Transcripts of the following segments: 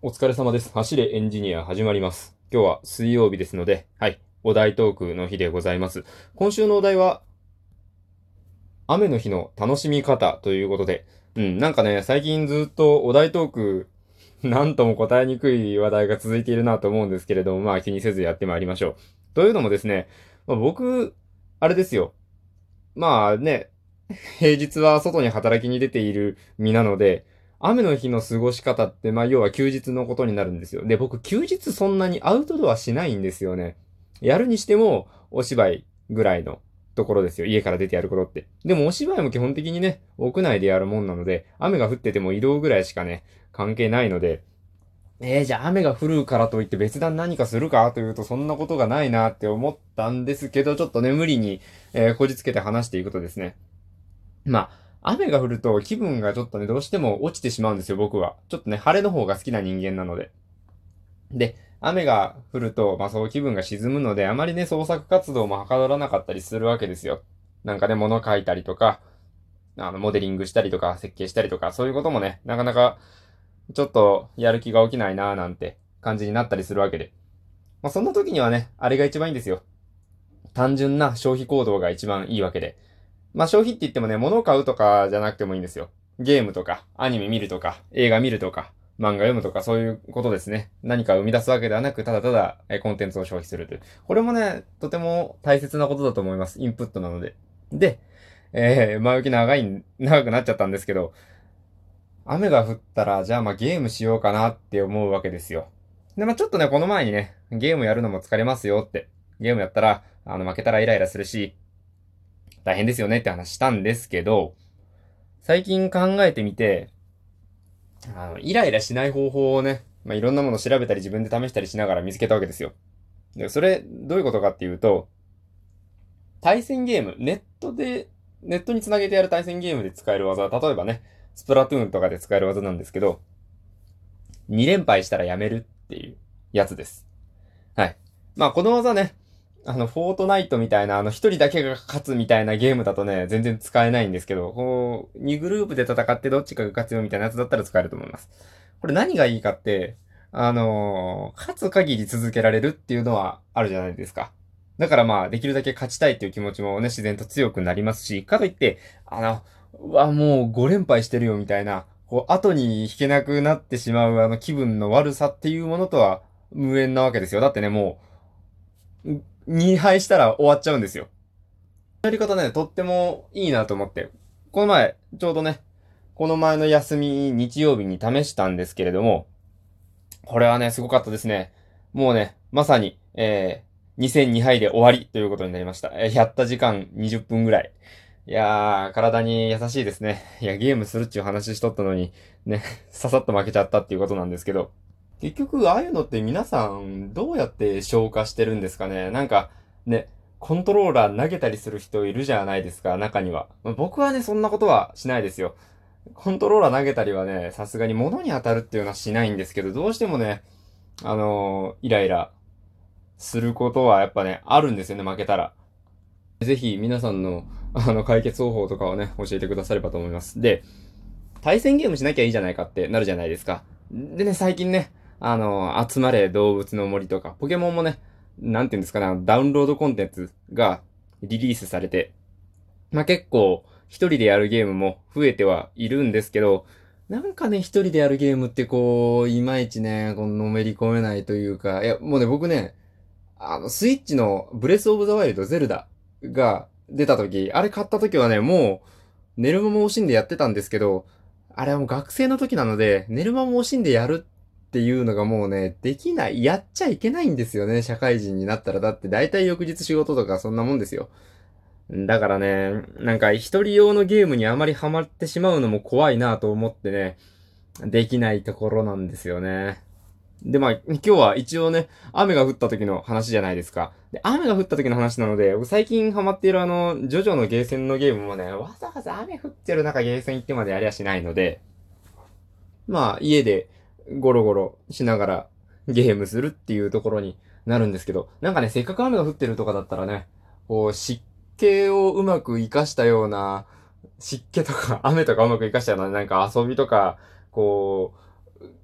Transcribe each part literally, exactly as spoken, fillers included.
お疲れ様です。走れエンジニア始まります。今日は水曜日ですので、はい、お題トークの日でございます。今週のお題は、雨の日の楽しみ方ということで、うん、なんかね、最近ずっとお題トーク、なんとも答えにくい話題が続いているなと思うんですけれども、まあ気にせずやってまいりましょう。というのもですね、まあ、僕、あれですよ。まあね、平日は外に働きに出ている身なので、雨の日の過ごし方って、まあ、要は休日のことになるんですよ。で、僕、休日そんなにアウトドアしないんですよね。やるにしても、お芝居ぐらいのところですよ。家から出てやることって。でも、お芝居も基本的にね、屋内でやるもんなので、雨が降ってても移動ぐらいしかね、関係ないので、えー、じゃあ雨が降るからといって別段何かするかというとそんなことがないなって思ったんですけど、ちょっとね、無理に、えーこじつけて話していくとですね、まあ、雨が降ると気分がちょっとね、どうしても落ちてしまうんですよ、僕は。ちょっとね、晴れの方が好きな人間なので。で、雨が降ると、まあそう気分が沈むので、あまりね、創作活動もはかどらなかったりするわけですよ。なんかね、物書いたりとか、あの、モデリングしたりとか、設計したりとか、そういうこともね、なかなか、ちょっと、やる気が起きないなーなんて感じになったりするわけで。まあそんな時にはね、あれが一番いいんですよ。単純な消費行動が一番いいわけで。まあ消費って言ってもね、物を買うとかじゃなくてもいいんですよ。ゲームとか、アニメ見るとか、映画見るとか、漫画読むとか、そういうことですね。何か生み出すわけではなく、ただただ、えコンテンツを消費するという。これもね、とても大切なことだと思います。インプットなので。で、えー、前置き長い、長くなっちゃったんですけど、雨が降ったら、じゃあまあゲームしようかなって思うわけですよ。で、まあちょっとね、この前にね、ゲームやるのも疲れますよって。ゲームやったら、あの、負けたらイライラするし、大変ですよねって話したんですけど、最近考えてみて、あの、イライラしない方法をね、まあ、いろんなものを調べたり自分で試したりしながら見つけたわけですよ。で、それ、どういうことかっていうと、対戦ゲーム、ネットで、ネットにつなげてやる対戦ゲームで使える技、例えばね、スプラトゥーンとかで使える技なんですけど、に連敗したらやめるっていうやつです。はい。まあ、この技ね、あの、フォートナイトみたいな、あの、一人だけが勝つみたいなゲームだとね、全然使えないんですけど、こう、にグループで戦ってどっちかが勝つよみたいなやつだったら使えると思います。これ何がいいかって、あのー勝つ限り続けられるっていうのはあるじゃないですか。だからまあ、できるだけ勝ちたいっていう気持ちもね、自然と強くなりますし、かといって、あの、うわ、もうご連敗してるよみたいな、こう、後に引けなくなってしまうあの気分の悪さっていうものとは無縁なわけですよ。だってね、もう、に敗したら終わっちゃうんですよ。やり方ね、とってもいいなと思って。この前、ちょうどね、この前の休み、日曜日に試したんですけれども、これはね、すごかったですね。もうね、まさに、えー、に戦に敗で終わりということになりました。えー、やった時間にじゅっぷんぐらい。いやー、体に優しいですね。いや、ゲームするっていう話しとったのに、ね、ささっと負けちゃったっていうことなんですけど。結局、ああいうのって皆さん、どうやって消化してるんですかね。なんか、ね、コントローラー投げたりする人いるじゃないですか、中には。僕はね、そんなことはしないですよ。コントローラー投げたりはね、さすがに物に当たるっていうのはしないんですけど、どうしてもね、あのーイライラすることはやっぱね、あるんですよね、負けたら。ぜひ皆さんの、あの、解決方法とかをね、教えてくださればと思います。で、対戦ゲームしなきゃいいじゃないかってなるじゃないですか。でね、最近ね、あのー集まれ動物の森とか、ポケモンもね、なんていうんですかね、ダウンロードコンテンツがリリースされて、まあ、結構、一人でやるゲームも増えてはいるんですけど、なんかね、一人でやるゲームってこう、いまいちね、こののめり込めないというか、いや、もうね、僕ね、あの、スイッチのブレスオブザワイルド、ゼルダが出た時、あれ買った時はね、もう、寝る間も惜しんでやってたんですけど、あれはもう学生の時なので、寝る間も惜しんでやるっていうのがもうね、できない、やっちゃいけないんですよね、社会人になったら。だって大体翌日仕事とかそんなもんですよ。だからね、なんか一人用のゲームにあまりハマってしまうのも怖いなと思ってね、できないところなんですよね。で、まあ、今日は一応ね、雨が降った時の話じゃないですか。で、雨が降った時の話なので、最近ハマっているあの、ジョジョのゲーセンのゲームもね、わざわざ雨降ってる中ゲーセン行ってまでやりゃしないので、まあ、家でゴロゴロしながらゲームするっていうところになるんですけど、なんかね、せっかく雨が降ってるとかだったらね、こう、湿気をうまく活かしたような、湿気とか雨とかうまく活かしたような、なんか遊びとか、こう、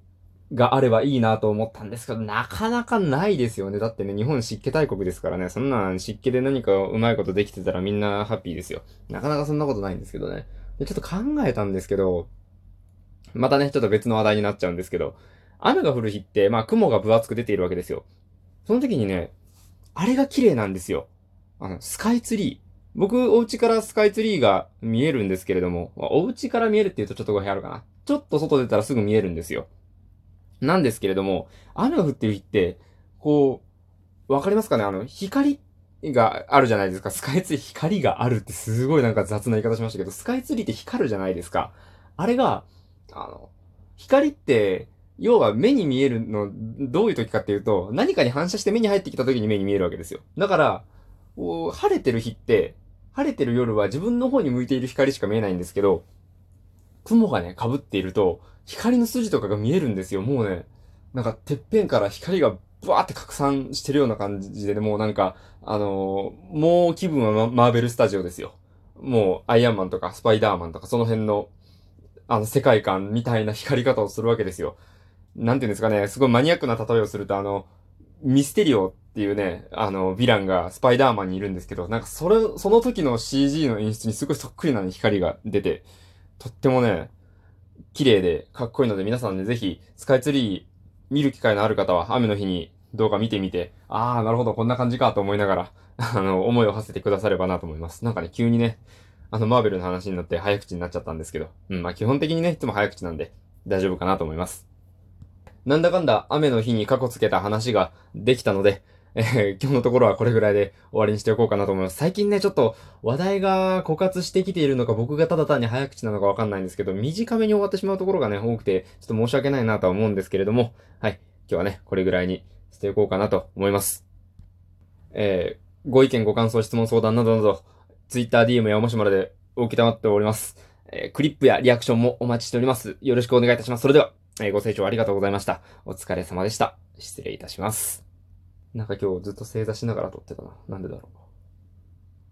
があればいいなと思ったんですけど、なかなかないですよね。だってね、日本湿気大国ですからね、そんな湿気で何かうまいことできてたらみんなハッピーですよ。なかなかそんなことないんですけどね。でちょっと考えたんですけど、またね、ちょっと別の話題になっちゃうんですけど、雨が降る日って、まあ雲が分厚く出ているわけですよ。その時にね、あれが綺麗なんですよ。あの、スカイツリー。僕、お家からスカイツリーが見えるんですけれども、お家から見えるって言うとちょっと語弊あるかな。ちょっと外出たらすぐ見えるんですよ。なんですけれども、雨が降ってる日って、こう、わかりますかねあの、光があるじゃないですか。スカイツリー光があるってすごいなんか雑な言い方しましたけど、スカイツリーって光るじゃないですか。あれが、あの、光って、要は目に見えるの、どういう時かっていうと、何かに反射して目に入ってきた時に目に見えるわけですよ。だから、こう晴れてる日って、晴れてる夜は自分の方に向いている光しか見えないんですけど、雲がね、被っていると、光の筋とかが見えるんですよ。もうね、なんか、てっぺんから光がブワーって拡散してるような感じで、ね、もうなんか、あのーもう気分はママーベルスタジオですよ。もう、アイアンマンとかスパイダーマンとか、その辺の、あの、世界観みたいな光り方をするわけですよ。なんていうんですかね、すごいマニアックな例えをすると、あの、ミステリオっていうね、あの、ヴィランがスパイダーマンにいるんですけど、なんかそれ、その時の シージー の演出にすごいそっくりな光が出て、とってもね、綺麗でかっこいいので皆さんね、ぜひ、スカイツリー見る機会のある方は雨の日に動画見てみて、あー、なるほど、こんな感じかと思いながら、あの、思いを馳せてくださればなと思います。なんかね、急にね、あの、マーベルの話になって早口になっちゃったんですけど、うん、まあ基本的にね、いつも早口なんで、大丈夫かなと思います。なんだかんだ雨の日に過去つけた話ができたので、えー今日のところはこれぐらいで終わりにしておこうかなと思います。最近ね、ちょっと話題が枯渇してきているのか、僕がただ単に早口なのかわかんないんですけど、短めに終わってしまうところがね、多くて、ちょっと申し訳ないなとは思うんですけれども、はい。今日はね、これぐらいにしておこうかなと思います。えー、ご意見、ご感想、質問、相談などなど、Twitter、ディーエム やおもしまででお受けたまっております。えー、クリップやリアクションもお待ちしております。よろしくお願いいたします。それでは、えーご清聴ありがとうございました。お疲れ様でした。失礼いたします。なんか今日ずっと正座しながら撮ってたな。なんでだろう。